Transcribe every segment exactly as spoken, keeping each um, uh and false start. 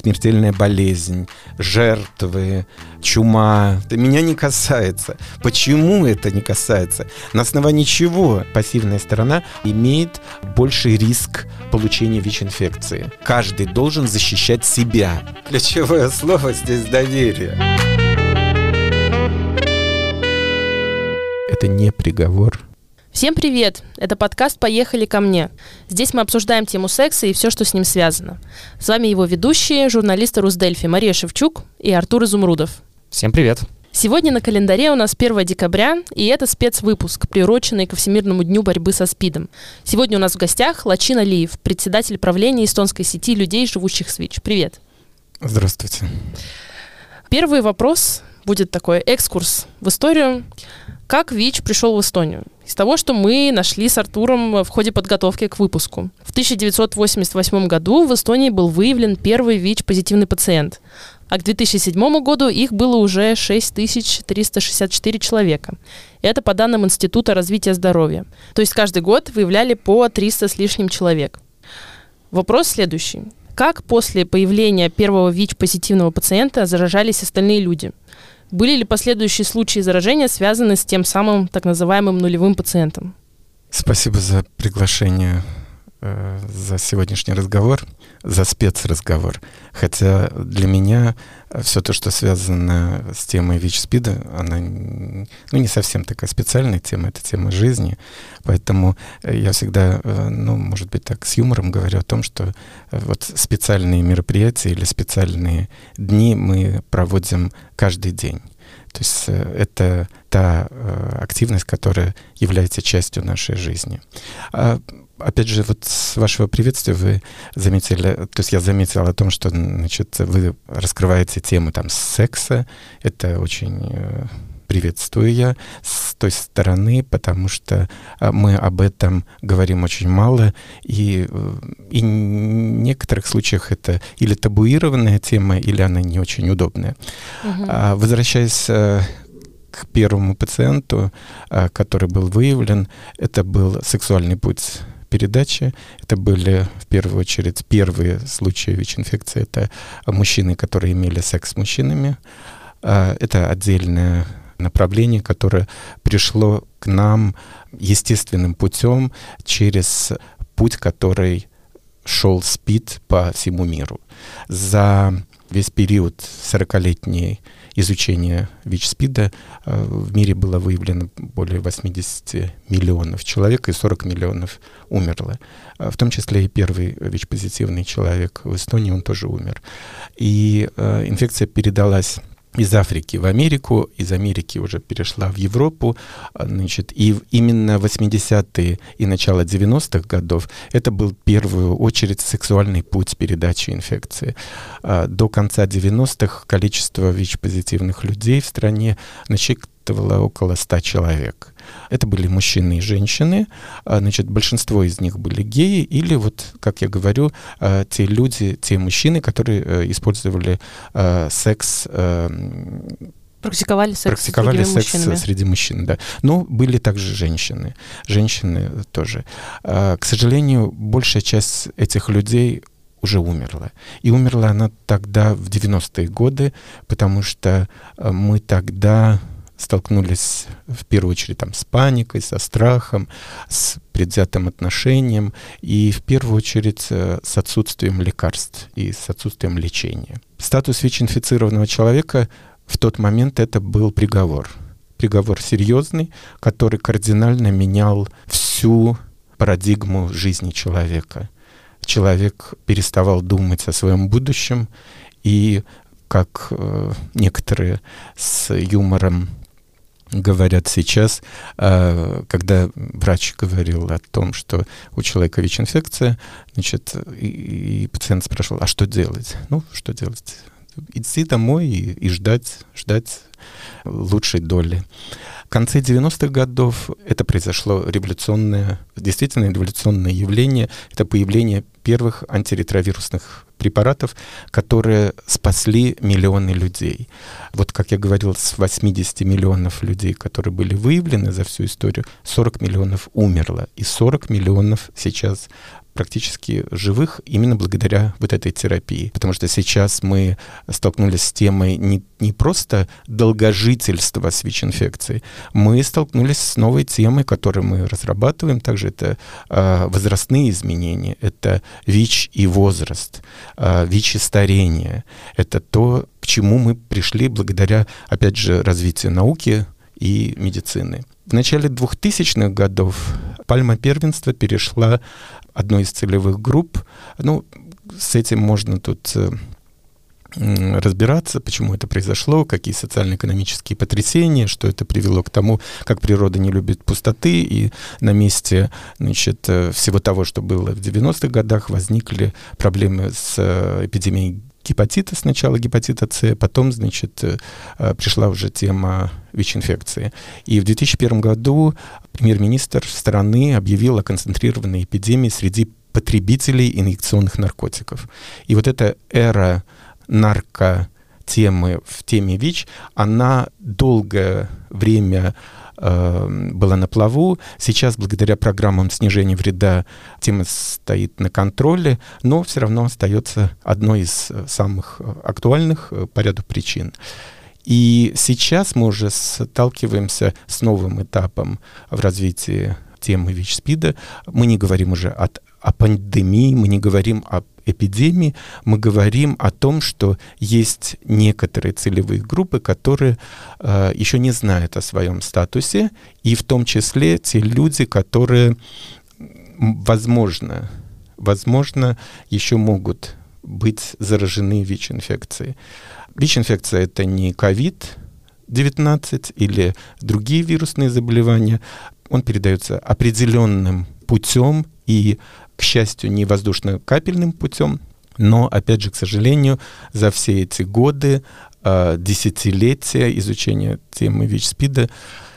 смертельная болезнь, жертвы, чума. Это меня не касается. Почему это не касается? На основании чего пассивная сторона имеет больший риск получения ВИЧ-инфекции? Каждый должен защищать себя. Ключевое слово здесь доверие. Это не приговор. Всем привет! Это подкаст «Поехали ко мне». Здесь мы обсуждаем тему секса и все, что с ним связано. С вами его ведущие, журналисты Русдельфи Мария Шевчук и Артур Изумрудов. Всем привет! Сегодня на календаре у нас первое декабря, и это спецвыпуск, приуроченный ко Всемирному дню борьбы со СПИДом. Сегодня у нас в гостях Лачин Алиев, председатель правления эстонской сети людей, живущих с ВИЧ. Привет! Здравствуйте! Первый вопрос будет такой экскурс в историю. Как ВИЧ пришел в Эстонию? Из того, что мы нашли с Артуром в ходе подготовки к выпуску. В тысяча девятьсот восемьдесят восьмом году в Эстонии был выявлен первый ВИЧ-позитивный пациент, а к две тысячи седьмому году их было уже шесть тысяч триста шестьдесят четыре человека. Это по данным Института развития здоровья. То есть каждый год выявляли по триста с лишним человек. Вопрос следующий. Как после появления первого ВИЧ-позитивного пациента заражались остальные люди? Были ли последующие случаи заражения связаны с тем самым так называемым нулевым пациентом? Спасибо за приглашение, э, за сегодняшний разговор, за спецразговор. Хотя для меня все то, что связано с темой ВИЧ-СПИДа, она ну, не совсем такая специальная тема, это тема жизни. Поэтому я всегда, ну, может быть, так с юмором говорю о том, что вот специальные мероприятия или специальные дни мы проводим каждый день. То есть это та активность, которая является частью нашей жизни. А, опять же, вот с вашего приветствия вы заметили, то есть я заметил о том, что, значит, вы раскрываете тему там секса. Это очень приветствую я с той стороны, потому что мы об этом говорим очень мало, и, и в некоторых случаях это или табуированная тема, или она не очень удобная. Uh-huh. А, возвращаясь к первому пациенту, который был выявлен, это был сексуальный путь передачи. Это были, в первую очередь, первые случаи ВИЧ-инфекции. Это мужчины, которые имели секс с мужчинами. Это отдельное направление, которое пришло к нам естественным путем через путь, который шел СПИД по всему миру. За весь период сорокалетней изучения ВИЧ-СПИДа в мире было выявлено более восемьдесят миллионов человек, и сорок миллионов умерло. В том числе и первый ВИЧ-позитивный человек в Эстонии, он тоже умер. И э, инфекция передалась из Африки в Америку, из Америки уже перешла в Европу, значит, и именно восьмидесятые и начало девяностых годов это был в первую очередь сексуальный путь передачи инфекции. До конца девяностых количество ВИЧ-позитивных людей в стране насчитывало около ста человек. Это были мужчины и женщины, значит, большинство из них были геи или, вот, как я говорю, те люди, те мужчины, которые использовали секс, практиковали секс, практиковали с секс мужчинами. Среди мужчин, да. Но были также женщины, женщины тоже. К сожалению, большая часть этих людей уже умерла. И умерла она тогда, в девяностые годы, потому что мы тогда столкнулись в первую очередь там, с паникой, со страхом, с предвзятым отношением и в первую очередь с отсутствием лекарств и с отсутствием лечения. Статус ВИЧ-инфицированного человека в тот момент это был приговор. Приговор серьезный, который кардинально менял всю парадигму жизни человека. Человек переставал думать о своем будущем, и, как э, некоторые с юмором говорят сейчас, э, когда врач говорил о том, что у человека ВИЧ-инфекция, значит, и, и пациент спрашивал, а что делать? Ну, что делать? Идти домой и, и ждать, ждать лучшей доли. В конце девяностых годов это произошло революционное, действительно революционное явление. Это появление первых антиретровирусных препаратов, которые спасли миллионы людей. Вот, как я говорил, с восьмидесяти миллионов людей, которые были выявлены за всю историю, сорок миллионов умерло. И сорок миллионов сейчас практически живых именно благодаря вот этой терапии. Потому что сейчас мы столкнулись с темой не, не просто долгожительства с ВИЧ-инфекцией, мы столкнулись с новой темой, которую мы разрабатываем. Также это э, возрастные изменения, это ВИЧ и возраст, э, ВИЧ и старение. Это то, к чему мы пришли благодаря, опять же, развитию науки и медицины. В начале двухтысячных годов пальма первенства перешла одной из целевых групп. Ну, с этим можно тут э, разбираться, почему это произошло, какие социально-экономические потрясения, что это привело к тому, как природа не любит пустоты, и на месте, значит, всего того, что было в девяностых годах, возникли проблемы с эпидемией гепатита, сначала гепатита С, потом, значит, пришла уже тема ВИЧ-инфекции. И в две тысячи первом году премьер-министр страны объявил о концентрированной эпидемии среди потребителей инъекционных наркотиков. И вот эта эра наркотемы в теме ВИЧ, она долгое время э, была на плаву. Сейчас, благодаря программам снижения вреда, тема стоит на контроле, но все равно остается одной из самых актуальных по ряду причин. И сейчас мы уже сталкиваемся с новым этапом в развитии темы ВИЧ-СПИДа. Мы не говорим уже о, о пандемии, мы не говорим о эпидемии, мы говорим о том, что есть некоторые целевые группы, которые э, еще не знают о своем статусе, и в том числе те люди, которые, возможно, возможно, еще могут быть заражены ВИЧ-инфекцией. ВИЧ-инфекция — это не ковид девятнадцать или другие вирусные заболевания. Он передается определенным путем и, к счастью, не воздушно-капельным путем, но, опять же, к сожалению, за все эти годы, э, десятилетия изучения темы ВИЧ-СПИДа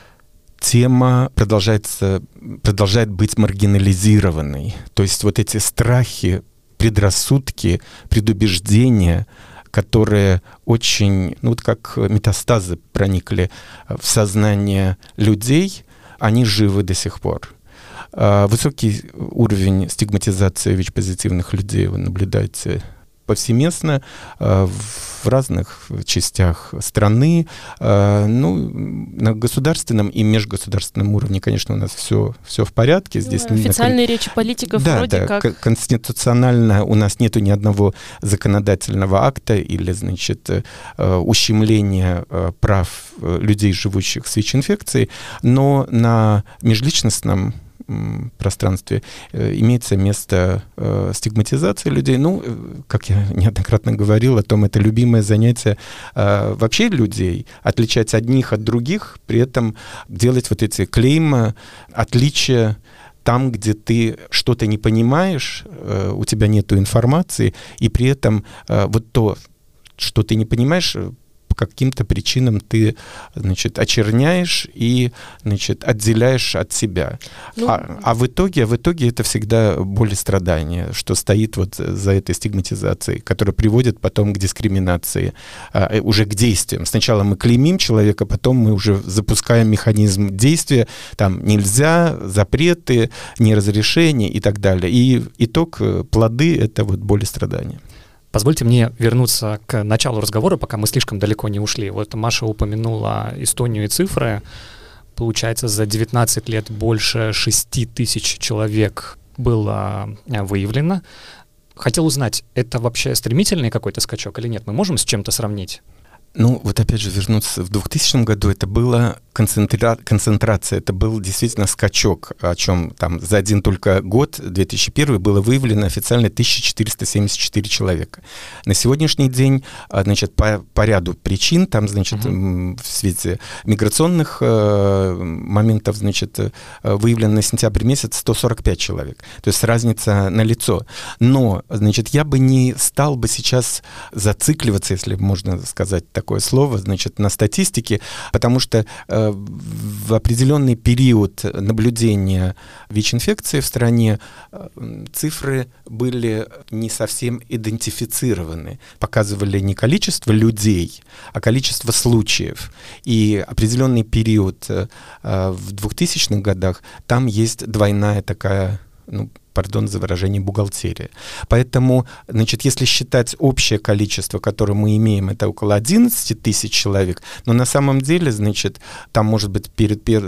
тема продолжается, продолжает быть маргинализированной. То есть вот эти страхи, предрассудки, предубеждения, которые очень, ну вот как метастазы проникли в сознание людей, они живы до сих пор. Высокий уровень стигматизации ВИЧ-позитивных людей вы наблюдаете повсеместно в разных частях страны. Ну, на государственном и межгосударственном уровне, конечно, у нас все, все в порядке. Здесь ну, официальные на... речи политиков да, вроде да, как... конституционально у нас нету ни одного законодательного акта или, значит, ущемления прав людей, живущих с ВИЧ-инфекцией, но на межличностном пространстве э, имеется место э, стигматизации людей. Ну, э, как я неоднократно говорил о том, это любимое занятие э, вообще людей, отличать одних от других, при этом делать вот эти клеймы, отличия там, где ты что-то не понимаешь, э, у тебя нету информации, и при этом э, вот то, что ты не понимаешь, по каким-то причинам ты, значит, очерняешь и, значит, отделяешь от себя. Ну, а, а в итоге, в итоге это всегда боль и страдания, что стоит вот за этой стигматизацией, которая приводит потом к дискриминации, а, уже к действиям. Сначала мы клеймим человека, потом мы уже запускаем механизм действия, там нельзя, запреты, неразрешения и так далее. И итог, плоды — это вот боль и страдания. Позвольте мне вернуться к началу разговора, пока мы слишком далеко не ушли. Вот Маша упомянула Эстонию и цифры. Получается, за девятнадцать лет больше шести тысяч человек было выявлено. Хотел узнать, это вообще стремительный какой-то скачок или нет? Мы можем с чем-то сравнить? Ну, вот опять же вернуться в двухтысячном году, это была концентра... концентрация, это был действительно скачок, о чем там за один только год, две тысячи первый, было выявлено официально тысяча четыреста семьдесят четыре человека. На сегодняшний день, значит, по, по ряду причин, там, значит, uh-huh. в свете миграционных э, моментов, значит, выявлено на сентябрь месяц сто сорок пять человек. То есть разница налицо. Но, значит, я бы не стал бы сейчас зацикливаться, если можно сказать такое слово, значит, на статистике, потому что э, в определенный период наблюдения ВИЧ-инфекции в стране э, цифры были не совсем идентифицированы. Показывали не количество людей, а количество случаев. И определенный период э, в двухтысячных годах там есть двойная такая, ну, пардон за выражение, бухгалтерия. Поэтому, значит, если считать общее количество, которое мы имеем, это около одиннадцать тысяч человек, но на самом деле, значит, там, может быть, перед, пер,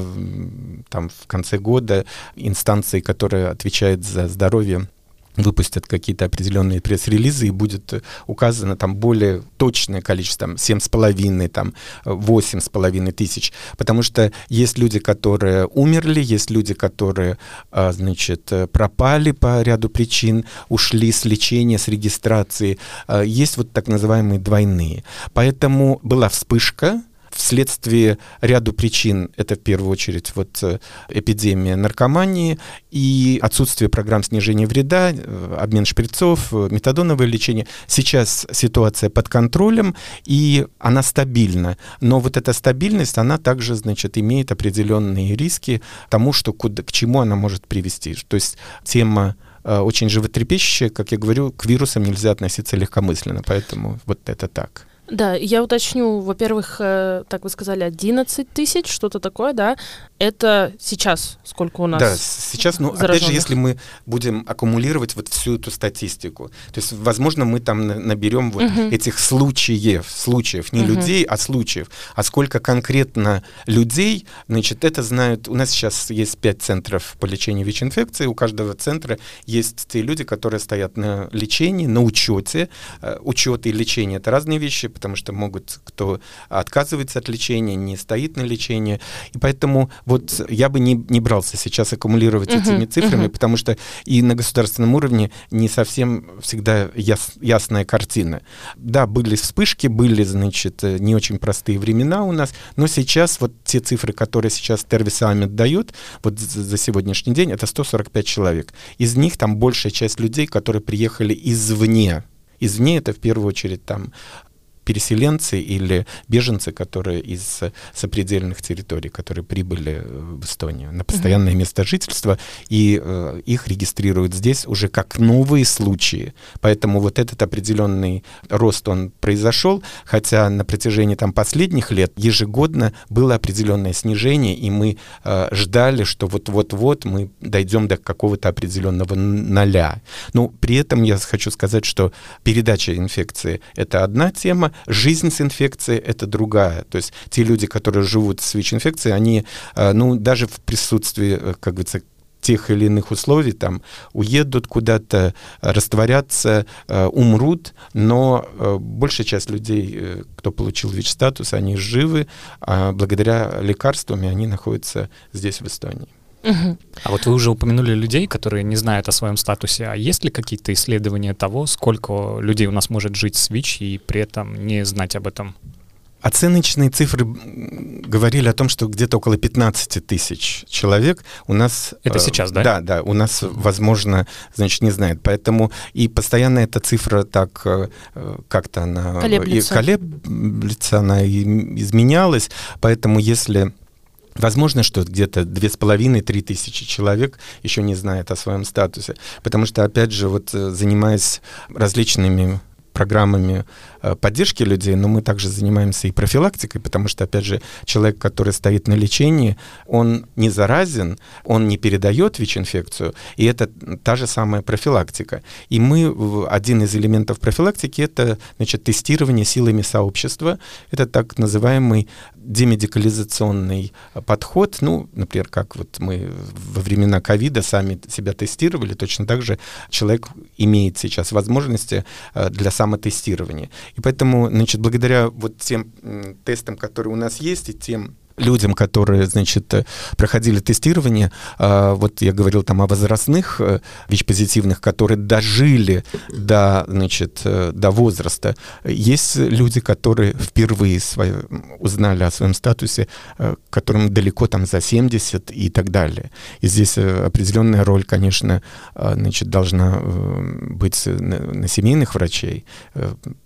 там, в конце года инстанции, которые отвечают за здоровье, выпустят какие-то определенные пресс-релизы, и будет указано там более точное количество, там семь с половиной, там восемь с половиной тысяч, потому что есть люди, которые умерли, есть люди, которые, значит, пропали по ряду причин, ушли с лечения, с регистрации, есть вот так называемые двойные. Поэтому была вспышка. Вследствие ряду причин, это в первую очередь вот эпидемия наркомании и отсутствие программ снижения вреда, обмен шприцов, метадоновое лечение. Сейчас ситуация под контролем, и она стабильна. Но вот эта стабильность, она также, значит, имеет определенные риски тому, что куда, к чему она может привести. То есть тема очень животрепещущая, как я говорю, к вирусам нельзя относиться легкомысленно, поэтому вот это так. Да, я уточню, во-первых, э, так вы сказали, одиннадцать тысяч, что-то такое, да? Это сейчас сколько у нас? Да, сейчас, ну, опять же, если мы будем аккумулировать вот всю эту статистику, то есть, возможно, мы там наберем вот uh-huh. этих случаев, случаев, не uh-huh. людей, а случаев. А сколько конкретно людей, значит, это знают, у нас сейчас есть пять центров по лечению ВИЧ-инфекции, у каждого центра есть те люди, которые стоят на лечении, на учете. Учет и лечение — это разные вещи, потому что могут, кто отказывается от лечения, не стоит на лечении. И поэтому вот я бы не, не брался сейчас аккумулировать uh-huh, этими цифрами, uh-huh. потому что и на государственном уровне не совсем всегда яс, ясная картина. Да, были вспышки, были, значит, не очень простые времена у нас, но сейчас вот те цифры, которые сейчас Тервисаммит дает, вот за сегодняшний день, это сто сорок пять человек. Из них там большая часть людей, которые приехали извне. Извне — это в первую очередь там переселенцы или беженцы, которые из сопредельных территорий, которые прибыли в Эстонию на постоянное uh-huh. место жительства, и э, их регистрируют здесь уже как новые случаи. Поэтому вот этот определенный рост, он произошел, хотя на протяжении там последних лет ежегодно было определенное снижение, и мы э, ждали, что вот-вот-вот мы дойдем до какого-то определенного ноля. Но при этом я хочу сказать, что передача инфекции — это одна тема, жизнь с инфекцией — это другая. То есть те люди, которые живут с ВИЧ-инфекцией, они, ну, даже в присутствии, как говорится, тех или иных условий, там, уедут куда-то, растворятся, умрут, но большая часть людей, кто получил ВИЧ-статус, они живы, а благодаря лекарствам они находятся здесь, в Эстонии. Угу. А вот вы уже упомянули людей, которые не знают о своем статусе. А есть ли какие-то исследования того, сколько людей у нас может жить с ВИЧ и при этом не знать об этом? Оценочные цифры говорили о том, что где-то около пятнадцать тысяч человек у нас... Это сейчас, да? Да, да, у нас, возможно, значит, не знает. Поэтому и постоянно эта цифра так как-то она... Колеблется. И колеблется, она и изменялась. Поэтому если... Возможно, что где-то две с половиной-три тысячи человек еще не знает о своем статусе. Потому что, опять же, вот занимаясь различными программами поддержки людей, но мы также занимаемся и профилактикой, потому что, опять же, человек, который стоит на лечении, он не заразен, он не передает ВИЧ-инфекцию, и это та же самая профилактика. И мы, один из элементов профилактики — это, значит, тестирование силами сообщества. Это так называемый демедикализационный подход. Ну, например, как вот мы во времена ковида сами себя тестировали, точно так же человек имеет сейчас возможности для самотестирования. И поэтому, значит, благодаря вот тем тестам, которые у нас есть, и тем людям, которые, значит, проходили тестирование, вот я говорил там о возрастных ВИЧ-позитивных, которые дожили до, значит, до возраста. Есть люди, которые впервые свои, узнали о своем статусе, которым далеко там за семьдесят и так далее. И здесь определенная роль, конечно, значит, должна быть на, на семейных врачей,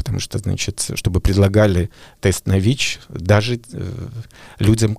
потому что, значит, чтобы предлагали тест на ВИЧ даже э, людям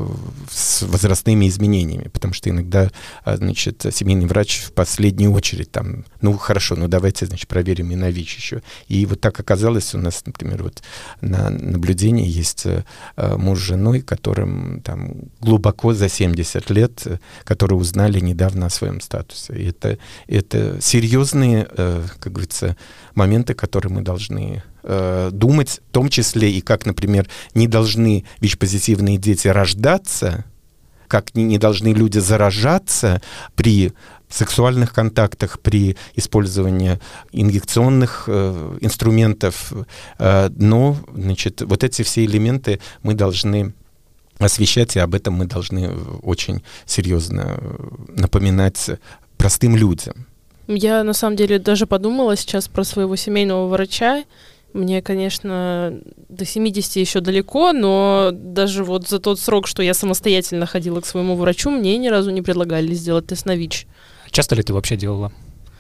с возрастными изменениями, потому что иногда, значит, семейный врач в последнюю очередь там, ну, хорошо, ну, давайте, значит, проверим и на ВИЧ еще. И вот так оказалось у нас, например, вот на наблюдении есть э, муж с женой, которым там глубоко за семьдесят лет, которые узнали недавно о своем статусе. И это, это серьезные, э, как говорится, моменты, которые мы должны э, думать, в том числе и как, например, не должны ВИЧ-позитивные дети рождаться, как не, не должны люди заражаться при сексуальных контактах, при использовании инъекционных э, инструментов. Э, но, значит, вот эти все элементы мы должны освещать, и об этом мы должны очень серьезно напоминать простым людям. Я, на самом деле, даже подумала сейчас про своего семейного врача. Мне, конечно, до семидесяти еще далеко, но даже вот за тот срок, что я самостоятельно ходила к своему врачу, мне ни разу не предлагали сделать тест на ВИЧ. Часто ли ты вообще делала?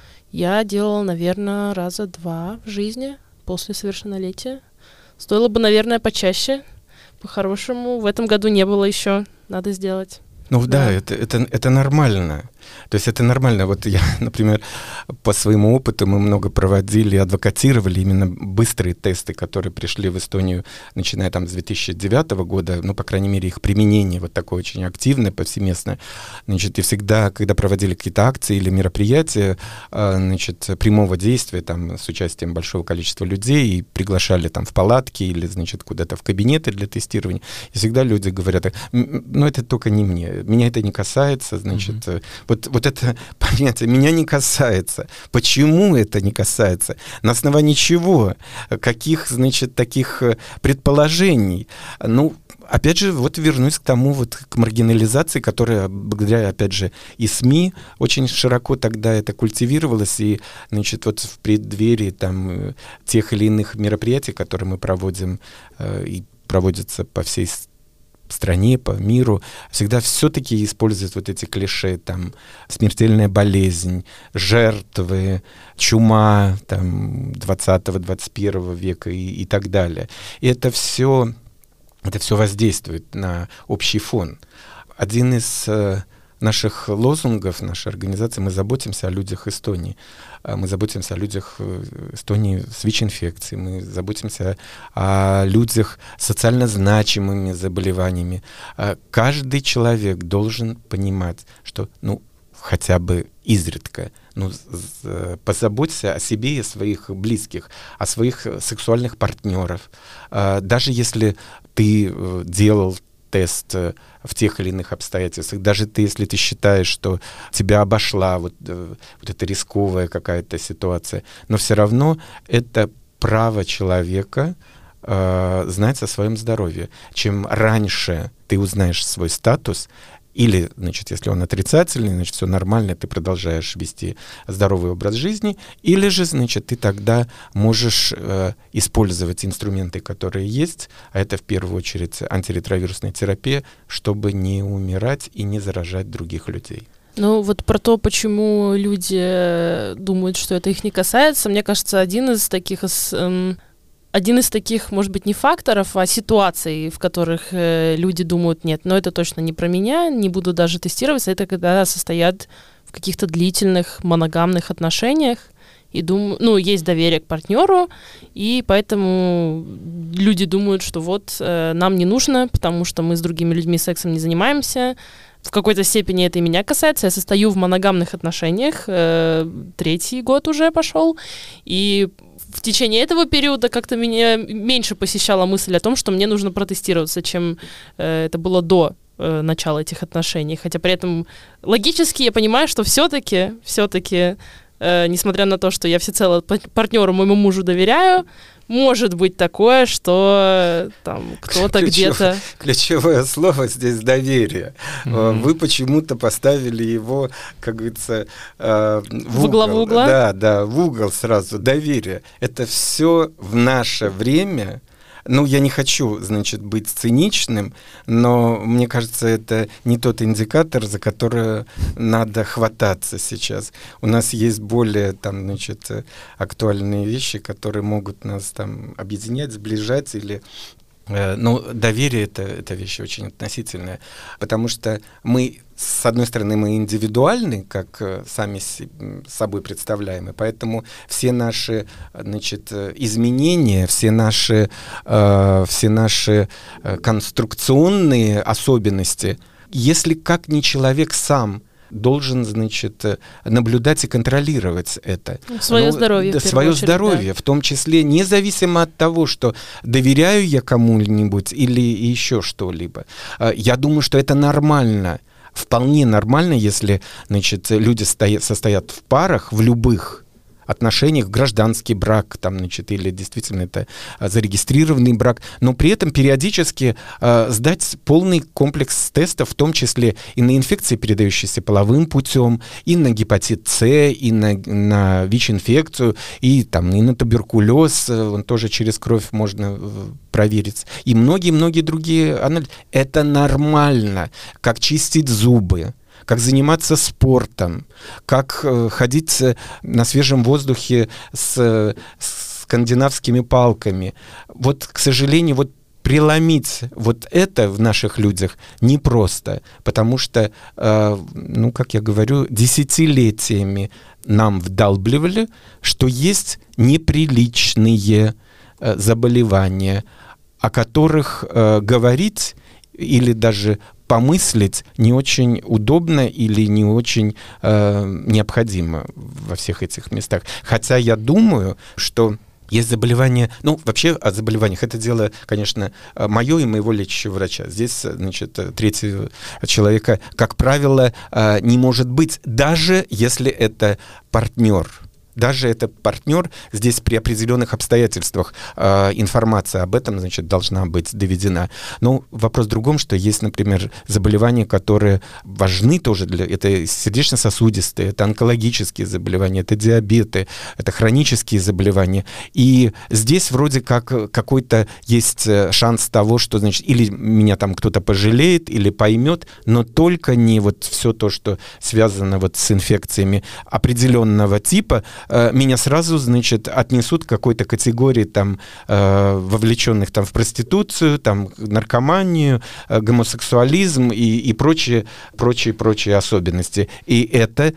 Я делала, наверное, раза два в жизни после совершеннолетия. Стоило бы, наверное, почаще. По-хорошему, в этом году не было еще. Надо сделать. Ну да, да это, это, это нормально. То есть это нормально. Вот я, например, по своему опыту мы много проводили, адвокатировали именно быстрые тесты, которые пришли в Эстонию, начиная там с две тысячи девятого года, ну, по крайней мере, их применение вот такое очень активное, повсеместное. Значит, и всегда, когда проводили какие-то акции или мероприятия, значит, прямого действия там с участием большого количества людей, и приглашали там в палатки или, значит, куда-то в кабинеты для тестирования, и всегда люди говорят, ну, это только не мне, меня это не касается, значит, mm-hmm. вот, вот это понятие меня не касается. Почему это не касается? На основании чего? Каких, значит, таких предположений? Ну, опять же, вот вернусь к тому, вот к маргинализации, которая благодаря, опять же, и СМИ очень широко тогда это культивировалось, и, значит, вот в преддверии там тех или иных мероприятий, которые мы проводим, и проводятся по всей стране, в стране, по миру, всегда все-таки используют вот эти клише, там, смертельная болезнь, жертвы, чума, там, двадцатого-двадцать первого века и, и так далее. И это все, это все воздействует на общий фон. Один из э, наших лозунгов нашей организации: мы заботимся о людях Эстонии. Мы заботимся о людях Эстонии с ВИЧ-инфекцией, мы заботимся о людях с социально значимыми заболеваниями. Каждый человек должен понимать, что, ну, хотя бы изредка, ну, позаботься о себе и о своих близких, о своих сексуальных партнеров. Даже если ты делал тест в тех или иных обстоятельствах, даже ты, если ты считаешь, что тебя обошла вот, вот эта рисковая какая-то ситуация, но все равно это право человека э, знать о своем здоровье. Чем раньше ты узнаешь свой статус, или, значит, если он отрицательный, значит, все нормально, ты продолжаешь вести здоровый образ жизни, или же, значит, ты тогда можешь э, использовать инструменты, которые есть, а это в первую очередь антиретровирусная терапия, чтобы не умирать и не заражать других людей. Ну, вот про то, почему люди думают, что это их не касается, мне кажется, один из таких... Эм... Один из таких, может быть, не факторов, а ситуаций, в которых э, люди думают, нет, но это точно не про меня, не буду даже тестироваться, это когда состоят в каких-то длительных моногамных отношениях, и дум... ну, есть доверие к партнеру, и поэтому люди думают, что вот э, нам не нужно, потому что мы с другими людьми сексом не занимаемся. В какой-то степени это и меня касается. Я состою в моногамных отношениях, э, третий год уже пошел, и в течение этого периода как-то меня меньше посещала мысль о том, что мне нужно протестироваться, чем э, это было до э, начала этих отношений. Хотя при этом логически я понимаю, что все-таки, все-таки, э, несмотря на то, что я всецело партнеру, моему мужу доверяю, может быть такое, что там кто-то Ключев, где-то... Ключевое слово здесь доверие. Mm-hmm. Вы почему-то поставили его, как говорится, в, в угол. главу угла? Да, да, в угол сразу. Доверие. Это все в наше время ну, я не хочу, значит, быть циничным, но мне кажется, это не тот индикатор, за который надо хвататься сейчас. У нас есть более, там, значит, актуальные вещи, которые могут нас там объединять, сближать или... Ну, доверие это, — это вещь очень относительная, потому что мы, с одной стороны, мы индивидуальны, как сами с собой представляем, и поэтому все наши, значит, изменения, все наши, э, все наши конструкционные особенности, если как ни человек сам должен, значит, наблюдать и контролировать это. Свое ну, здоровье. Да, свое очередь, здоровье, да. В том числе, независимо от того, что доверяю я кому-нибудь или еще что-либо. Я думаю, что это нормально. Вполне нормально, если, значит, люди стоят, состоят в парах, в любых отношениях, гражданский брак, там, значит, или действительно это зарегистрированный брак, но при этом периодически э, сдать полный комплекс тестов, в том числе и на инфекции, передающиеся половым путем, и на гепатит С, и на, на ВИЧ-инфекцию, и, там, и на туберкулез, он тоже через кровь можно проверить, и многие-многие другие анализы. Это нормально, как чистить зубы, как заниматься спортом, как э, ходить на свежем воздухе с, с скандинавскими палками. Вот, к сожалению, вот преломить вот это в наших людях непросто, потому что, э, ну, как я говорю, десятилетиями нам вдалбливали, что есть неприличные э, заболевания, о которых э, говорить или даже помыслить не очень удобно или не очень э, необходимо во всех этих местах. Хотя я думаю, что есть заболевания, ну, вообще о заболеваниях, это дело, конечно, мое и моего лечащего врача. Здесь, значит, третьего человека, как правило, э, не может быть, даже если это партнер. Даже это партнер, здесь при определенных обстоятельствах э, информация об этом, значит, должна быть доведена. Но вопрос в другом, что есть, например, заболевания, которые важны тоже для... Это сердечно-сосудистые, это онкологические заболевания, это диабеты, это хронические заболевания. И здесь вроде как какой-то есть шанс того, что, значит, или меня там кто-то пожалеет, или поймет, но только не вот все то, что связано вот с инфекциями определенного типа, меня сразу, значит, отнесут к какой-то категории там вовлеченных там в проституцию, там наркоманию, гомосексуализм и, и прочие, прочие, прочие особенности. И это,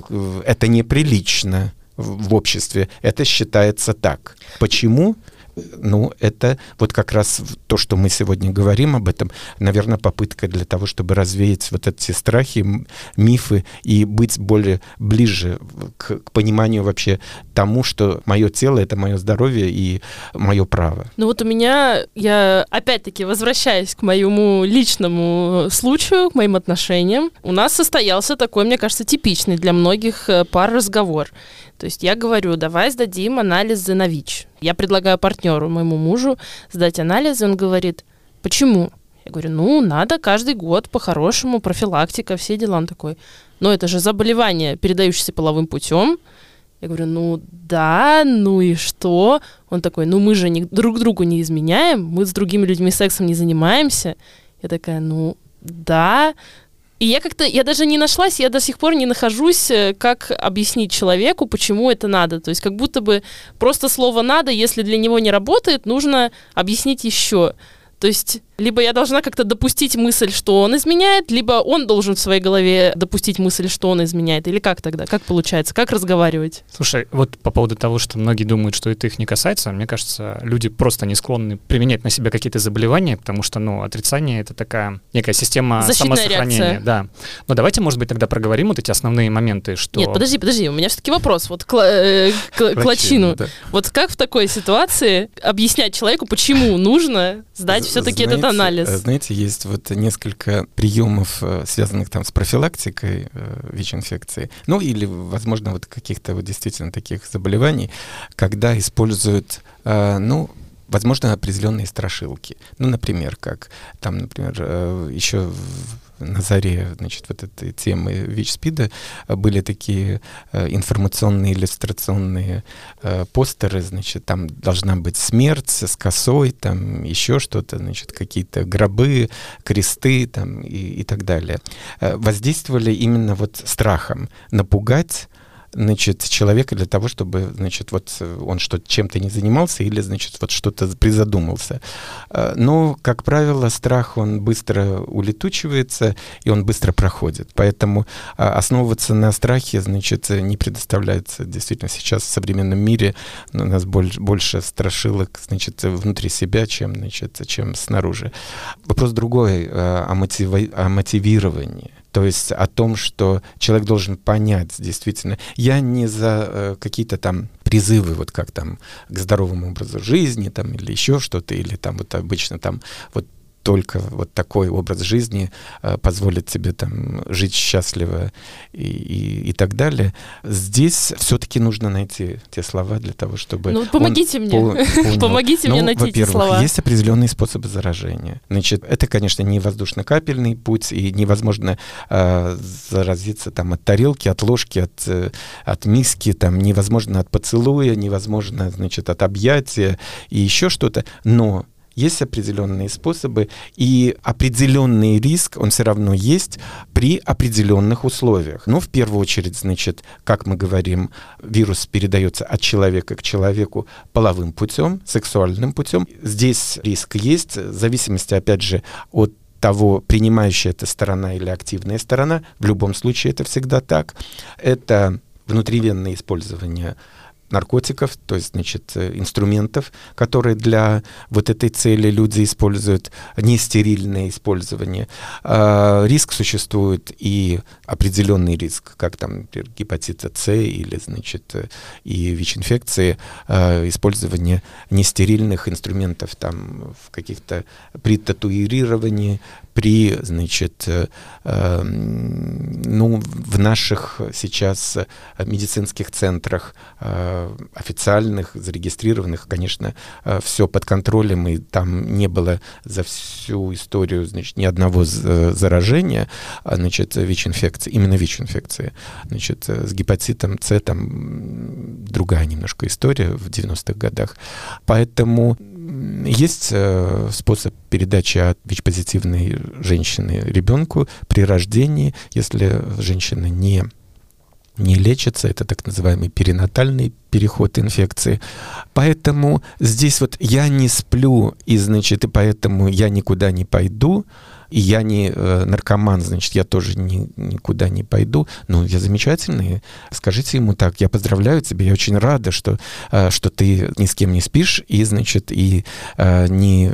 это неприлично в обществе. Это считается так. Почему? Ну, это вот как раз то, что мы сегодня говорим об этом, наверное, попытка для того, чтобы развеять вот эти страхи, мифы и быть более ближе к, к пониманию вообще тому, что мое тело — это мое здоровье и мое право. Ну вот у меня, я опять-таки возвращаюсь к моему личному случаю, к моим отношениям. У нас состоялся такой, мне кажется, типичный для многих пар разговор. То есть я говорю, давай сдадим анализы на ВИЧ. Я предлагаю партнеру, моему мужу, сдать анализы. Он говорит, почему? Я говорю, ну, надо каждый год по-хорошему, профилактика, все дела. Он такой, но это же заболевание, передающееся половым путем. Я говорю, ну да, ну и что? Он такой, ну мы же не, друг другу не изменяем, мы с другими людьми сексом не занимаемся. Я такая, ну да. И я как-то, я даже не нашлась, я до сих пор не нахожусь, как объяснить человеку, почему это надо. То есть как будто бы просто слово «надо», если для него не работает, нужно объяснить еще. То есть либо я должна как-то допустить мысль, что он изменяет, либо он должен в своей голове допустить мысль, что он изменяет. Или как тогда? Как получается? Как разговаривать? Слушай, вот по поводу того, что многие думают, что это их не касается, мне кажется, люди просто не склонны применять на себя какие-то заболевания, потому что, ну, отрицание — это такая некая система защитная самосохранения. Реакция. Да. Но давайте, может быть, тогда проговорим вот эти основные моменты, что... Нет, подожди, подожди, у меня все-таки вопрос вот к, э, к, к Лачину. Да. Вот как в такой ситуации объяснять человеку, почему нужно сдать все-таки этот анализ? Знаете, есть вот несколько приемов, связанных там с профилактикой ВИЧ-инфекции, ну или, возможно, вот каких-то вот действительно таких заболеваний, когда используют, ну, возможно, определенные страшилки. Ну, например, как там, например, еще на заре, значит, вот этой темы ВИЧ-СПИДа были такие информационные, иллюстрационные постеры, значит, там должна быть смерть с косой, там еще что-то, значит, какие-то гробы, кресты, там и, и так далее. Воздействовали именно вот страхом, напугать, значит, человека для того, чтобы, значит, вот он что-то чем-то не занимался или, значит, вот что-то призадумался. Но, как правило, страх, он быстро улетучивается, и он быстро проходит. Поэтому основываться на страхе, значит, не предоставляется. Действительно, сейчас в современном мире у нас больше, больше страшилок, значит, внутри себя, чем, значит, чем снаружи. Вопрос другой, о, мотиви... о мотивировании. То есть о том, что человек должен понять действительно. Я не за э, какие-то там призывы, вот как там к здоровому образу жизни там, или еще что-то, или там вот обычно там вот только вот такой образ жизни э, позволит тебе там жить счастливо и, и, и так далее. Здесь все-таки нужно найти те слова для того, чтобы... Ну, помогите мне. По- помогите мне найти эти слова. Во-первых, есть определенные способы заражения. Значит, это, конечно, не воздушно-капельный путь, и невозможно э, заразиться там от тарелки, от ложки, от, э, от миски, там невозможно от поцелуя, невозможно, значит, от объятия и еще что-то, но есть определенные способы, и определенный риск, он все равно есть при определенных условиях. Ну, в первую очередь, значит, как мы говорим, вирус передается от человека к человеку половым путем, сексуальным путем. Здесь риск есть, в зависимости, опять же, от того, принимающая это сторона или активная сторона. В любом случае это всегда так. Это внутривенное использование наркотиков, то есть, значит, инструментов, которые для вот этой цели люди используют, нестерильное использование. А, риск существует и определенный риск, как там, например, гепатита С или, значит, и ВИЧ-инфекции, а, использование нестерильных инструментов там в каких-то при татуировании, при, значит, э, ну, в наших сейчас медицинских центрах э, официальных, зарегистрированных, конечно, э, все под контролем, и там не было за всю историю, значит, ни одного заражения, а, значит, ВИЧ-инфекции, именно ВИЧ-инфекции. Значит, с гепатитом С там другая немножко история в девяностых годах. Поэтому есть э, способ передачи от ВИЧ-позитивной женщины ребенку при рождении, если женщина не, не лечится, это так называемый перинатальный переход инфекции. Поэтому здесь вот я не сплю, и, значит, и поэтому я никуда не пойду, и я не э, наркоман, значит, я тоже ни, никуда не пойду. Ну, я замечательный. Скажите ему так: я поздравляю тебя, я очень рада, что, э, что ты ни с кем не спишь и, значит, и э, не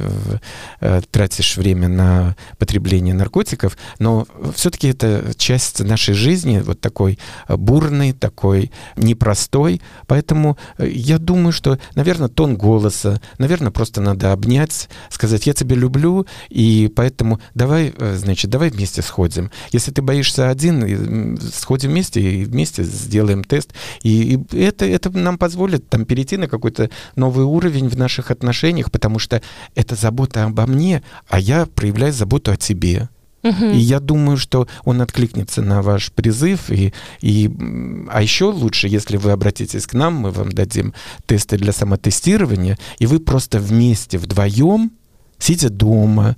э, тратишь время на потребление наркотиков, но все-таки это часть нашей жизни, вот такой бурный, такой непростой. Поэтому я думаю, что, наверное, тон голоса, наверное, просто надо обнять, сказать: я тебя люблю, и поэтому давай, значит, давай вместе сходим. Если ты боишься один, сходим вместе и вместе сделаем тест. И это, это нам позволит там перейти на какой-то новый уровень в наших отношениях, потому что это забота обо мне, а я проявляю заботу о тебе. Uh-huh. И я думаю, что он откликнется на ваш призыв. И, и, а еще лучше, если вы обратитесь к нам, мы вам дадим тесты для самотестирования, и вы просто вместе, вдвоем, сидя дома,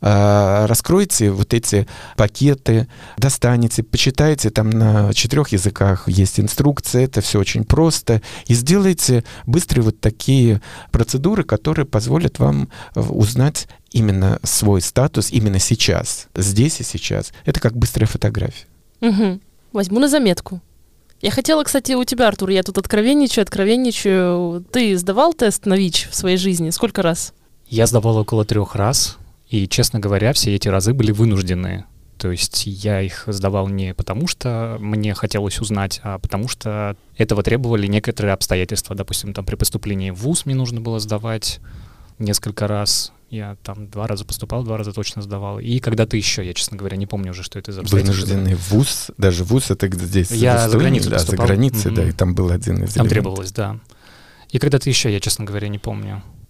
раскройте вот эти пакеты, достанете, почитайте, там на четырех языках есть инструкция, это все очень просто, и сделайте быстрые вот такие процедуры, которые позволят вам узнать именно свой статус именно сейчас, здесь и сейчас. Это как быстрая фотография. Угу. Возьму на заметку. Я хотела, кстати, у тебя, Артур, я тут откровенничаю, откровенничаю. Ты сдавал тест на ВИЧ в своей жизни? Сколько раз? Я сдавал около трех раз. И, честно говоря, все эти разы были вынужденные. То есть я их сдавал не потому, что мне хотелось узнать, а потому что этого требовали некоторые обстоятельства. Допустим, там при поступлении в вуз мне нужно было сдавать несколько раз. Я там два раза поступал, два раза точно сдавал. И когда-то еще, я, честно говоря, не помню уже, что это за обстоятельства. Вынужденный вуз, даже вуз это здесь. Я за границу да, поступал. за границей, mm-hmm. да, и там был один из Там элементов. требовалось, да. И когда-то еще, я, честно говоря, не помню.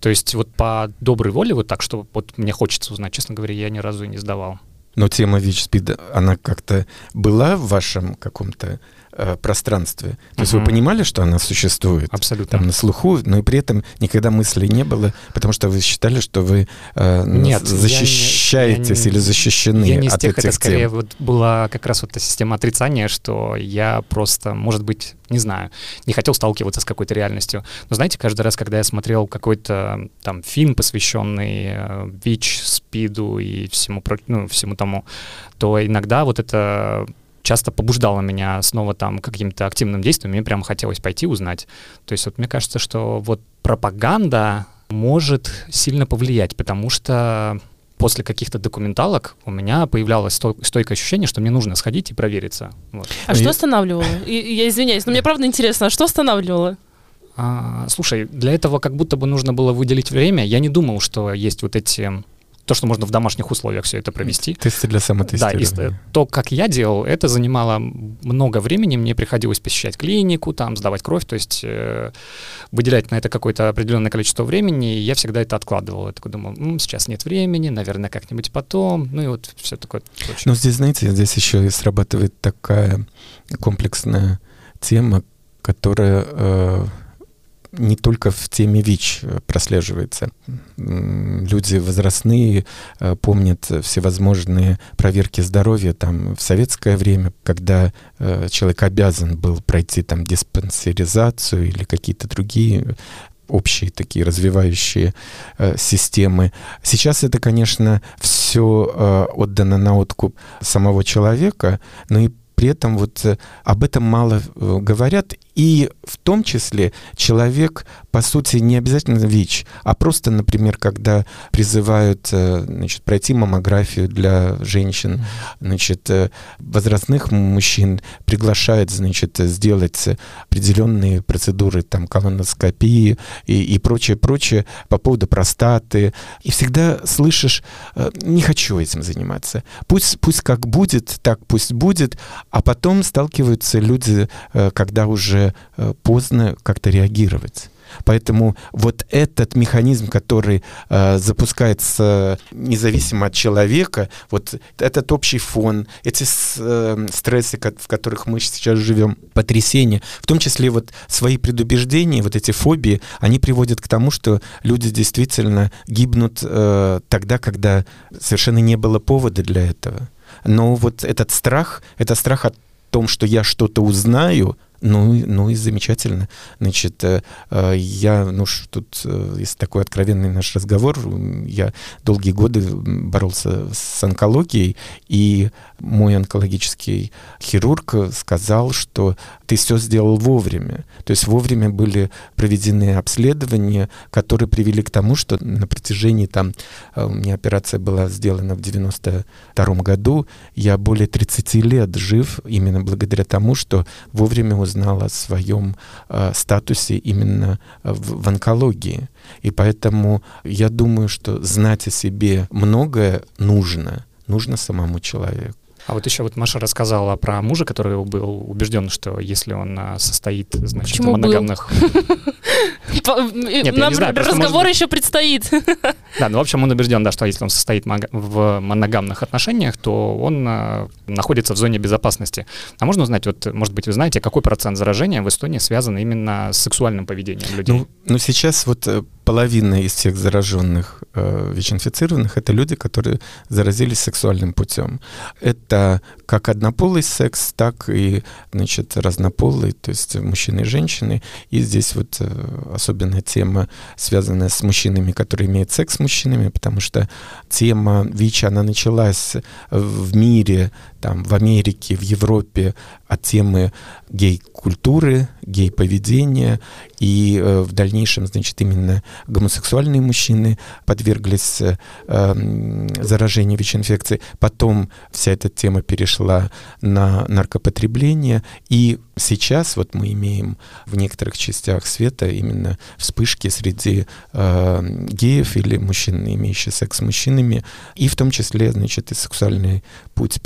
То есть вот по доброй воле, вот так, что вот мне хочется узнать, честно говоря, я ни разу и не сдавал. Но тема ВИЧ-СПИДа, она как-то была в вашем каком-то э, пространстве? То есть Мгм. вы понимали, что она существует? Абсолютно. Там на слуху, но и при этом никогда мыслей не было, потому что вы считали, что вы э, ну, Нет, я не- защищаетесь я не- или защищены Я не из от тех, этих это скорее тем. вот была как раз вот эта система отрицания, что я просто, может быть, не знаю, не хотел сталкиваться с какой-то реальностью. Но знаете, каждый раз, когда я смотрел какой-то там фильм, посвященный э, ВИЧ, СПИДу и всему, про- ну, всему тому, то иногда вот это часто побуждало меня снова там к каким-то активным действиям, мне прямо хотелось пойти узнать. То есть вот мне кажется, что вот пропаганда может сильно повлиять, потому что после каких-то документалок у меня появлялось сто- стойкое ощущение, что мне нужно сходить и провериться. Вот. А Ну, что я- останавливало? И- и я извиняюсь, но мне правда интересно, а что останавливало? А, слушай, для этого как будто бы нужно было выделить время. Я не думал, что есть вот эти... То, что можно в домашних условиях все это провести. Тесты для Да, самотестирования. и с- то, как я делал, это занимало много времени. Мне приходилось посещать клинику, там, сдавать кровь, то есть э, выделять на это какое-то определенное количество времени, и я всегда это откладывал. Я такой думал, «М, сейчас нет времени, наверное, как-нибудь потом». Ну и вот все такое. прочее. Но здесь, знаете, здесь еще и срабатывает такая комплексная тема, которая э, не только в теме ВИЧ прослеживается. М, Люди возрастные э, помнят всевозможные проверки здоровья там в советское время, когда э, человек обязан был пройти там диспансеризацию или какие-то другие общие такие развивающие э, системы. Сейчас это, конечно, все э, отдано на откуп самого человека, но и при этом вот э, об этом мало э, говорят, и в том числе человек, по сути, не обязательно ВИЧ, а просто, например, когда призывают э, значит, пройти маммографию для женщин, значит, э, возрастных мужчин приглашают, значит, сделать определенные процедуры, там, колоноскопии и, и прочее, прочее по поводу простаты. И всегда слышишь, э, не хочу этим заниматься. Пусть, пусть как будет, так пусть будет, а потом сталкиваются люди, э, когда уже э, поздно как-то реагировать. Поэтому вот этот механизм, который э, запускается независимо от человека, вот этот общий фон, эти с, э, стрессы, ко- в которых мы сейчас живем, потрясения, в том числе вот свои предубеждения, вот эти фобии, они приводят к тому, что люди действительно гибнут э, тогда, когда совершенно не было повода для этого. Но вот этот страх, это страх о том, что я что-то узнаю, ну, и- ну и замечательно. Значит, э, э, я, ну, ш- тут, э, есть такой откровенный наш разговор, м, я долгие годы м, боролся с онкологией, и мой онкологический хирург сказал, что ты все сделал вовремя. То есть вовремя были проведены обследования, которые привели к тому, что на протяжении, там, э, у меня операция была сделана в девяносто втором году, я более тридцати лет жив именно благодаря тому, что вовремя узнал о своем э, статусе именно в, в онкологии. И поэтому я думаю, что знать о себе многое нужно, нужно самому человеку. А вот еще вот Маша рассказала про мужа, который был убежден, что если он а, состоит, значит, Почему в был? моногамных... По- я Нам не знаю, просто, разговор может быть- еще предстоит. Да, ну, в общем, он убежден, да, что если он состоит мога- в моногамных отношениях, то он а, находится в зоне безопасности. А можно узнать, вот, может быть, вы знаете, какой процент заражения в Эстонии связан именно с сексуальным поведением людей? Ну, ну, сейчас вот э, половина из всех зараженных э, ВИЧ-инфицированных — это люди, которые заразились сексуальным путем. Это как однополый секс, так и, значит, разнополый, то есть мужчины и женщины. И здесь вот э, особенная тема, связанная с мужчинами, которые имеют секс с мужчинами, потому что тема ВИЧ, она началась в мире, там, в Америке, в Европе от темы гей-культуры, гей-поведения, и э, в дальнейшем, значит, именно гомосексуальные мужчины подверглись э, э, заражению ВИЧ-инфекцией. Потом вся эта тема перешла на наркопотребление, и сейчас вот мы имеем в некоторых частях света именно вспышки среди э, геев или мужчин, имеющих секс с мужчинами, и в том числе, значит, и сексуальный путь передачи,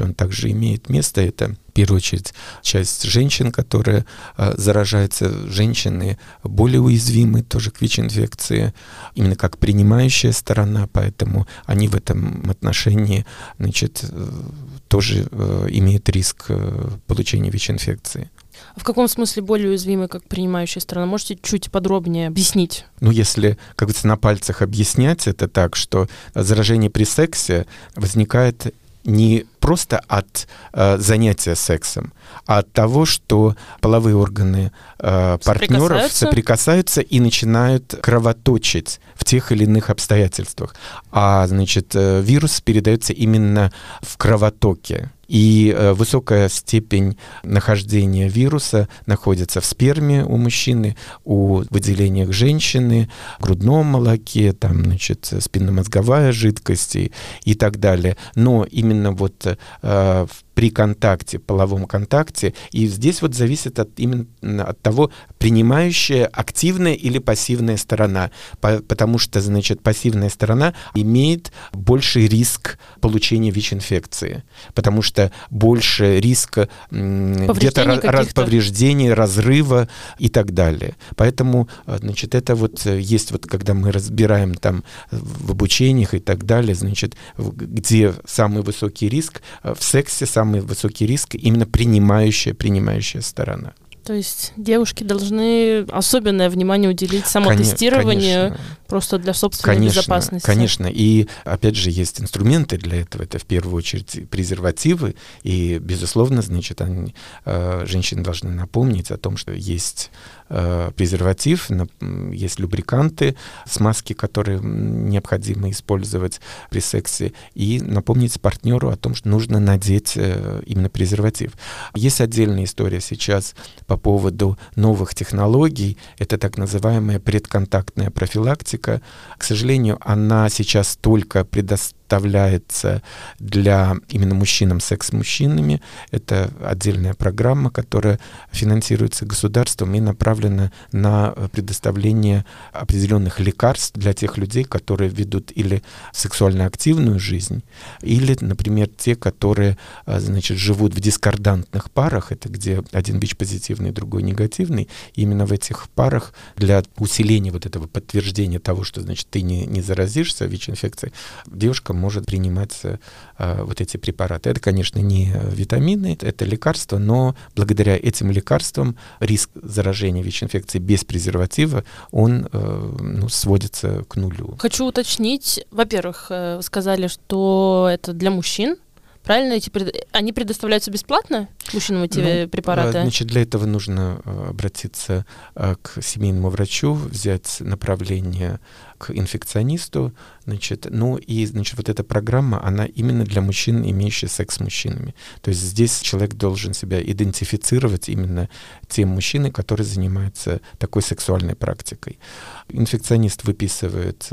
случае он также имеет место. Это, в первую очередь, часть женщин, которые э, заражаются. Женщины более уязвимы тоже к ВИЧ-инфекции, именно как принимающая сторона, поэтому они в этом отношении, значит, э, тоже э, имеют риск э, получения ВИЧ-инфекции. А в каком смысле более уязвимы, как принимающая сторона? Можете чуть подробнее объяснить? Ну, если, как говорится, на пальцах объяснять, это так, что заражение при сексе возникает не просто от э, занятия сексом, а от того, что половые органы э, партнеров соприкасаются и начинают кровоточить в тех или иных обстоятельствах. А, значит, э, вирус передается именно в кровотоке. И э, высокая степень нахождения вируса находится в сперме у мужчины, у выделениях женщины, грудном молоке, там, значит, спинномозговая жидкость и, и так далее. Но именно вот э, при контакте, половом контакте, и здесь вот зависит от, именно от того, принимающая активная или пассивная сторона, по, потому что, значит, пассивная сторона имеет больший риск получения ВИЧ-инфекции, потому что больше риска где-то раз, повреждений, разрыва и так далее. Поэтому, значит, это вот есть вот, когда мы разбираем там в обучениях и так далее, значит, где самый высокий риск в сексе, самый высокий риск именно принимающая, принимающая сторона. То есть девушки должны особенное внимание уделить самотестированию, конечно, просто для собственной конечно, безопасности. Конечно, и опять же есть инструменты для этого. Это в первую очередь презервативы, и, безусловно, значит, они, э, женщины должны напомнить о том, что есть э, презерватив, есть лубриканты, смазки, которые необходимо использовать при сексе, и напомнить партнеру о том, что нужно надеть э, именно презерватив. Есть отдельная история сейчас по поводу новых технологий. Это так называемая предконтактная профилактика. К сожалению, она сейчас только предоставляется для именно мужчинам секс с мужчинами. Это отдельная программа, которая финансируется государством и направлена на предоставление определенных лекарств для тех людей, которые ведут или сексуально активную жизнь, или, например, те, которые, значит, живут в дискордантных парах, это где один ВИЧ-позитивный, другой негативный. И именно в этих парах для усиления вот этого подтверждения того, что, значит, ты не, не заразишься ВИЧ-инфекцией, девушка может принимать а, вот эти препараты. Это, конечно, не витамины, это лекарства, но благодаря этим лекарствам риск заражения ВИЧ-инфекцией без презерватива, он а, ну, сводится к нулю. Хочу уточнить. Во-первых, вы сказали, что это для мужчин. Правильно? Эти пред... Они предоставляются бесплатно, мужчинам, эти ну, препараты? Значит, для этого нужно обратиться к семейному врачу, взять направление к инфекционисту. Значит, ну и, значит, вот эта программа, она именно для мужчин, имеющих секс с мужчинами. То есть здесь человек должен себя идентифицировать именно тем мужчиной, который занимается такой сексуальной практикой. Инфекционист выписывает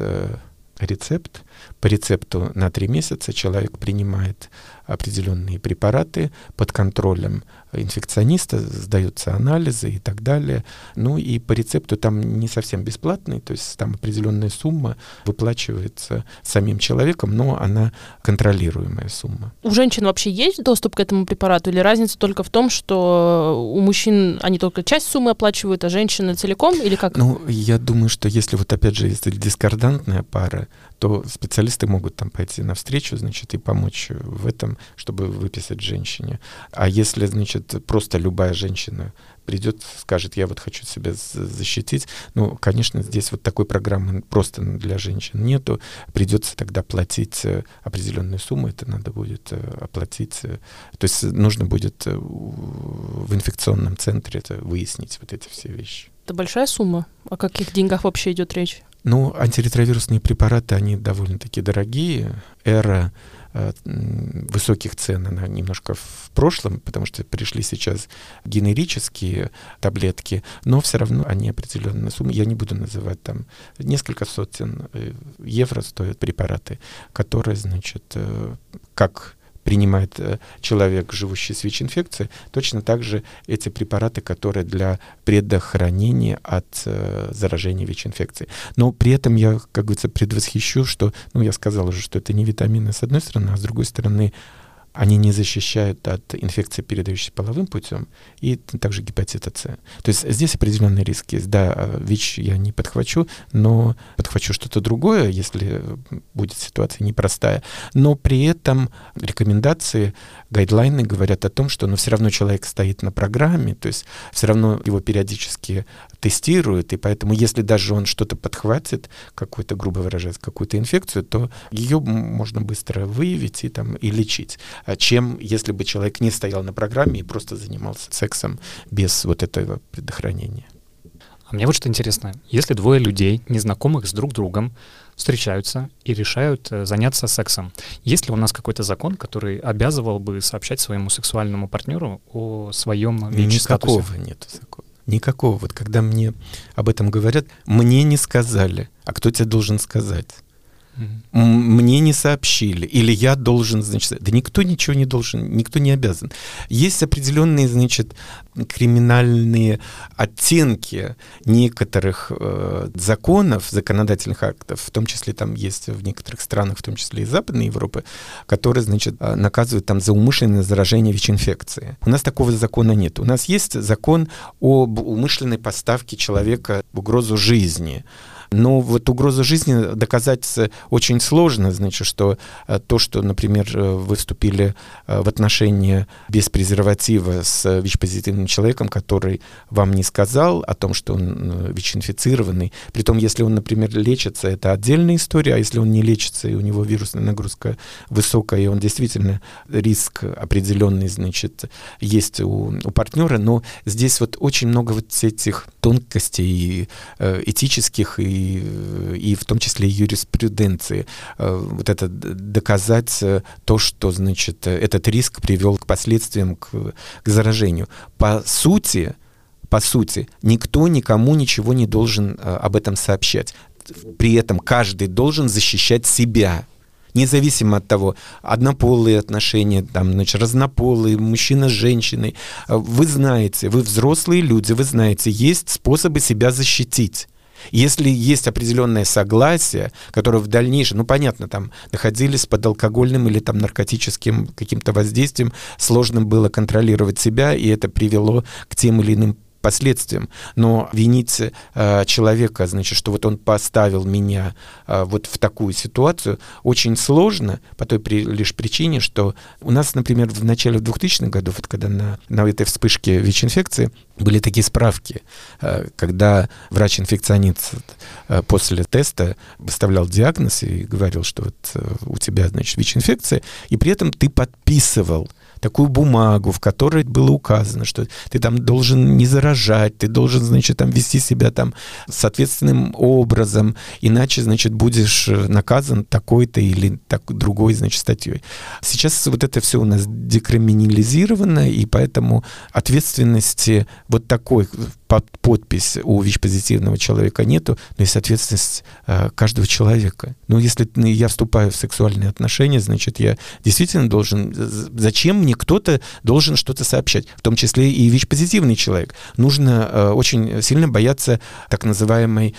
рецепт. По рецепту на три месяца человек принимает определенные препараты под контролем инфекциониста, сдаются анализы и так далее. Ну и по рецепту там не совсем бесплатный, то есть там определенная сумма выплачивается самим человеком, но она контролируемая сумма. У женщин вообще есть доступ к этому препарату, или разница только в том, что у мужчин они только часть суммы оплачивают, а женщины целиком, или как? Ну, я думаю, что если вот опять же, если дискордантная пара, то специалисты могут там пойти навстречу, значит, и помочь в этом, чтобы выписать женщине. А если, значит, просто любая женщина придет, скажет, я вот хочу себя защитить, ну, конечно, здесь вот такой программы просто для женщин нету, придется тогда платить определенную сумму, это надо будет оплатить, то есть нужно будет в инфекционном центре это выяснить, вот эти все вещи. Это большая сумма? О каких деньгах вообще идет речь? Ну, антиретровирусные препараты, они довольно-таки дорогие. Эра э, высоких цен, она немножко в прошлом, потому что пришли сейчас генерические таблетки, но все равно они определенные суммы. Я не буду называть там несколько сотен евро стоят препараты, которые, значит, э, как принимает человек, живущий с ВИЧ-инфекцией, точно так же эти препараты, которые для предохранения от э, заражения ВИЧ-инфекцией. Но при этом я, как говорится, предвосхищу, что, ну, я сказал уже, что это не витамины с одной стороны, а с другой стороны, они не защищают от инфекции, передающейся половым путем, и также гепатита С. То есть здесь определенный риск есть. Да, ВИЧ я не подхвачу, но подхвачу что-то другое, если будет ситуация непростая. Но при этом рекомендации, гайдлайны говорят о том, что ну, все равно человек стоит на программе, то есть все равно его периодически тестируют, и поэтому если даже он что-то подхватит, какую-то, грубо выражаясь, какую-то инфекцию, то ее можно быстро выявить и, там, и лечить. Чем если бы человек не стоял на программе и просто занимался сексом без вот этого предохранения. А мне вот что интересно. Если двое людей, незнакомых с друг другом, встречаются и решают заняться сексом, есть ли у нас какой-то закон, который обязывал бы сообщать своему сексуальному партнеру о своем ВИЧ-статусе? Никакого нет закона. Никакого. Вот когда мне об этом говорят, мне не сказали. А кто тебе должен сказать? Mm-hmm. Мне не сообщили. Или я должен, значит... Да никто ничего не должен, никто не обязан. Есть определенные, значит, криминальные оттенки некоторых э, законов, законодательных актов, в том числе там есть в некоторых странах, в том числе и Западной Европы, которые, значит, наказывают там за умышленное заражение ВИЧ-инфекцией. У нас такого закона нет. У нас есть закон об умышленной поставке человека в угрозу жизни. Но вот угрозу жизни доказать очень сложно. Значит, что то, что, например, вы вступили в отношения без презерватива с ВИЧ-позитивным человеком, который вам не сказал о том, что он ВИЧ-инфицированный, притом, если он, например, лечится, это отдельная история, а если он не лечится, и у него вирусная нагрузка высокая, и он действительно риск определенный, значит, есть у, у партнера, но здесь вот очень много вот этих тонкостей и, э, этических и И, и в том числе и юриспруденции. Вот это доказать то, что, значит, этот риск привел к последствиям, к, к заражению. По сути, по сути, никто никому ничего не должен об этом сообщать. При этом каждый должен защищать себя. Независимо от того, однополые отношения, там, значит, разнополые, мужчина с женщиной. Вы знаете, вы взрослые люди, вы знаете, есть способы себя защитить. Если есть определенное согласие, которое в дальнейшем, ну, понятно, там, находились под алкогольным или там наркотическим каким-то воздействием, сложно было контролировать себя, и это привело к тем или иным последствиям. Но винить э, человека, значит, что вот он поставил меня э, вот в такую ситуацию, очень сложно по той при, лишь причине, что у нас, например, в начале двухтысячных годов, вот когда на, на этой вспышке ВИЧ-инфекции были такие справки, э, когда врач-инфекционист э, после теста выставлял диагноз и говорил, что вот э, у тебя, значит, ВИЧ-инфекция, и при этом ты подписывал такую бумагу, в которой было указано, что ты там должен не заражать, ты должен, значит, там вести себя там соответственным образом, иначе, значит, будешь наказан такой-то или так, другой, значит, статьей. Сейчас вот это все у нас декриминализировано, и поэтому ответственности вот такой под подпись у ВИЧ-позитивного человека нету, но есть ответственность э, каждого человека. Но если я вступаю в сексуальные отношения, значит, я действительно должен... Зачем мне кто-то должен что-то сообщать? В том числе и ВИЧ-позитивный человек. Нужно э, очень сильно бояться так называемой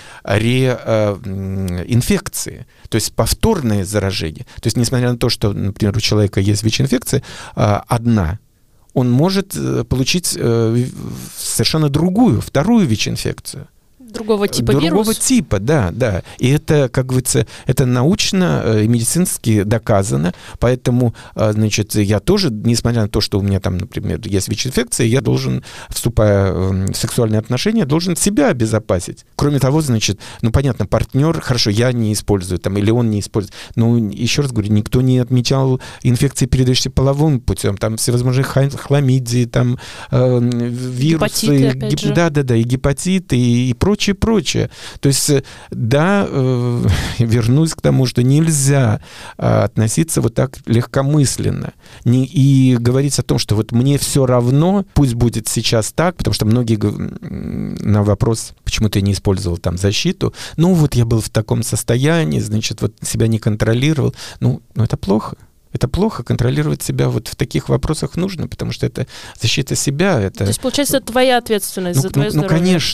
реинфекции, то есть повторное заражение. То есть, несмотря на то, что, например, у человека есть ВИЧ-инфекция, э, одна, он может получить э, совершенно другую, вторую ВИЧ-инфекцию. Другого типа Другого вирус? типа, да, да. И это, как говорится, это научно и медицински доказано. Поэтому, значит, я тоже, несмотря на то, что у меня там, например, есть ВИЧ-инфекция, я должен, вступая в сексуальные отношения, должен себя обезопасить. Кроме того, значит, ну, понятно, партнер, хорошо, я не использую, там, или он не использует. Но, еще раз говорю, никто не отмечал инфекции, передающиеся половым путем. Там всевозможные хламидии, там, э, вирусы. Гепатиты, опять гип... же. Да, да, да, и гепатиты, и, и прочее. Прочее, прочее. То есть, да, э, вернусь к тому, что нельзя э, относиться вот так легкомысленно. Не, и говорить о том, что вот мне все равно, пусть будет сейчас так, потому что многие на вопрос, почему ты не использовал там защиту, ну вот я был в таком состоянии, значит, вот себя не контролировал. Ну, ну это плохо. Это плохо, контролировать себя вот в таких вопросах нужно, потому что это защита себя. Это... То есть, получается, это твоя ответственность ну, за твое ну, здоровье? Ну, конечно.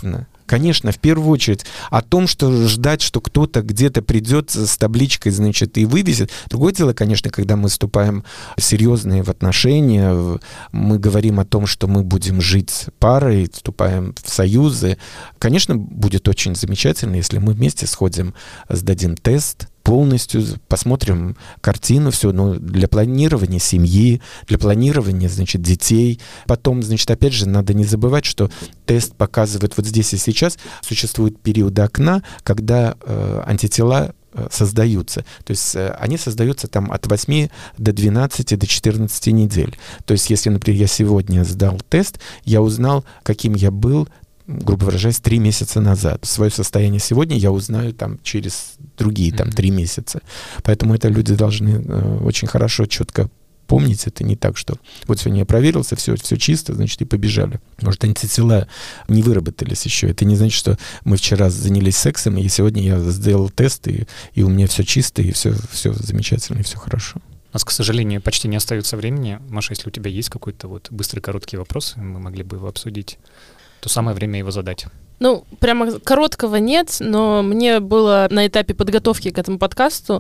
Конечно, в первую очередь. О том, что ждать, что кто-то где-то придет с табличкой, значит, и вывезет. Другое дело, конечно, когда мы вступаем серьезные в отношения, мы говорим о том, что мы будем жить парой, вступаем в союзы. Конечно, будет очень замечательно, если мы вместе сходим, сдадим тест, полностью посмотрим картину, все, ну, для планирования семьи, для планирования, значит, детей. Потом, значит, опять же, надо не забывать, что тест показывает вот здесь и сейчас, существуют периоды окна, когда э, антитела создаются. То есть э, они создаются там от восьми до двенадцати, до четырнадцати недель. То есть если, например, я сегодня сдал тест, я узнал, каким я был, грубо выражаясь, три месяца назад. Свое состояние сегодня я узнаю там через другие там три месяца. Поэтому это люди должны э, очень хорошо, четко помнить. Это не так, что вот сегодня я проверился, все, все чисто, значит, и побежали. Может, антитела не выработались еще. Это не значит, что мы вчера занялись сексом, и сегодня я сделал тест, и, и у меня все чисто, и все, все замечательно, и все хорошо. У нас, к сожалению, почти не остается времени. Маша, если у тебя есть какой-то вот быстрый, короткий вопрос, мы могли бы его обсудить, то самое время его задать. Ну, прямо короткого нет, но мне было на этапе подготовки к этому подкасту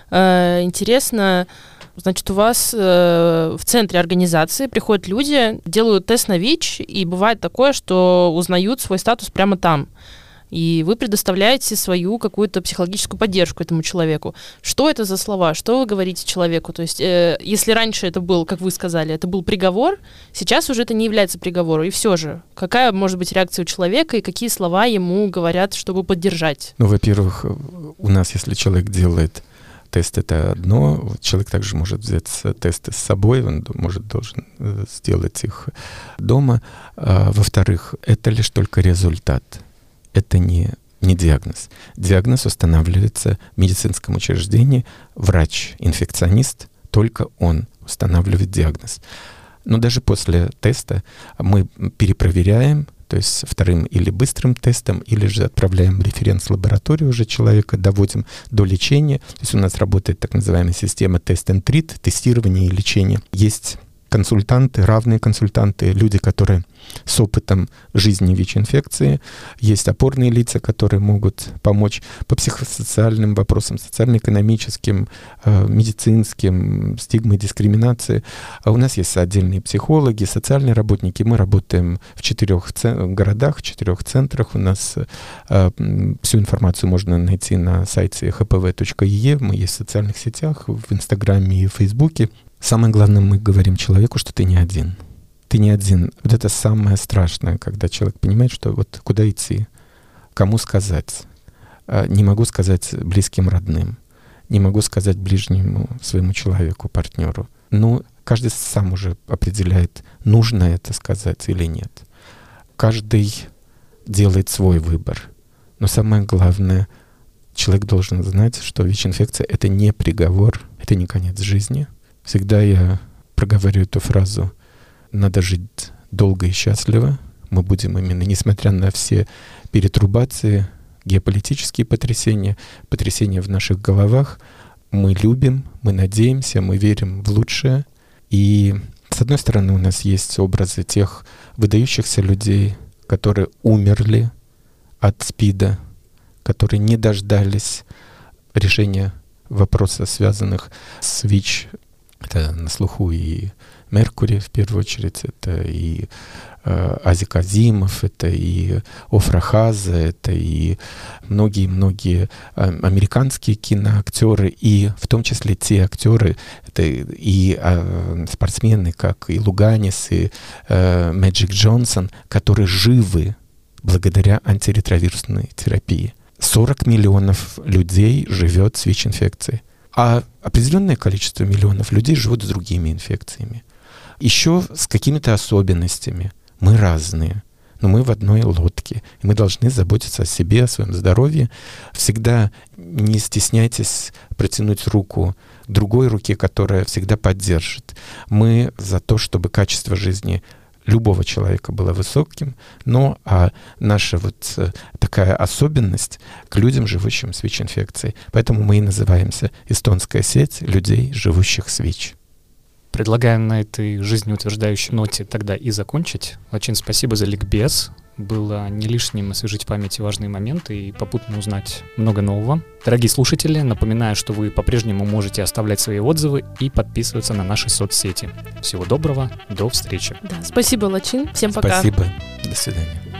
э, интересно, значит, у вас э, в центре организации приходят люди, делают тест на ВИЧ, и бывает такое, что узнают свой статус прямо там. И вы предоставляете свою какую-то психологическую поддержку этому человеку. Что это за слова? Что вы говорите человеку? То есть, э, если раньше это был, как вы сказали, это был приговор, сейчас уже это не является приговором. И все же, какая может быть реакция у человека и какие слова ему говорят, чтобы поддержать? Ну, во-первых, у нас, если человек делает тест, это одно. Человек также может взять тесты с собой, он может должен сделать их дома. А, во-вторых, это лишь только результат. Это не, не диагноз. Диагноз устанавливается в медицинском учреждении. Врач-инфекционист, только он устанавливает диагноз. Но даже после теста мы перепроверяем, то есть вторым или быстрым тестом, или же отправляем в референс-лабораторию уже человека, доводим до лечения. То есть у нас работает так называемая система тест энд трит, тестирование и лечение. Есть консультанты, равные консультанты, люди, которые с опытом жизни ВИЧ-инфекции. Есть опорные лица, которые могут помочь по психосоциальным вопросам, социально-экономическим, э, медицинским, стигмой, дискриминации. А у нас есть отдельные психологи, социальные работники. Мы работаем в четырех ц- городах, в четырех центрах. У нас э, всю информацию можно найти на сайте эйч пи ви точка и и. Мы есть в социальных сетях, в Инстаграме и в Фейсбуке. Самое главное, мы говорим человеку, что ты не один. Ты не один. Вот это самое страшное, когда человек понимает, что вот куда идти, кому сказать. Не могу сказать близким, родным. Не могу сказать ближнему своему человеку, партнеру. Ну, каждый сам уже определяет, нужно это сказать или нет. Каждый делает свой выбор. Но самое главное, человек должен знать, что ВИЧ-инфекция — это не приговор, это не конец жизни. Всегда я проговариваю эту фразу: надо жить долго и счастливо. Мы будем именно, несмотря на все перетрубации, геополитические потрясения, потрясения в наших головах, мы любим, мы надеемся, мы верим в лучшее. И, с одной стороны, у нас есть образы тех выдающихся людей, которые умерли от СПИДа, которые не дождались решения вопросов, связанных с ВИЧ. Это на слуху и Меркурий, в первую очередь, это и э, Азик Азимов, это и Офра Хаза, это и многие-многие э, американские киноактеры, и в том числе те актеры, это и э, спортсмены, как и Луганис, и э, Мэджик Джонсон, которые живы благодаря антиретровирусной терапии. сорок миллионов людей живет с ВИЧ-инфекцией. А определенное количество миллионов людей живут с другими инфекциями. Еще с какими-то особенностями. Мы разные, но мы в одной лодке. И мы должны заботиться о себе, о своем здоровье. Всегда не стесняйтесь протянуть руку другой руке, которая всегда поддержит. Мы за то, чтобы качество жизни любого человека было высоким, но а наша вот такая особенность к людям, живущим с ВИЧ-инфекцией. Поэтому мы и называемся «Эстонская сеть людей, живущих с ВИЧ». Предлагаем на этой жизнеутверждающей ноте тогда и закончить. Очень спасибо за ликбез. Было не лишним освежить в памяти важные моменты и попутно узнать много нового. Дорогие слушатели, напоминаю, что вы по-прежнему можете оставлять свои отзывы и подписываться на наши соцсети. Всего доброго, до встречи. Да, спасибо, Лачин. Всем пока. Спасибо. До свидания.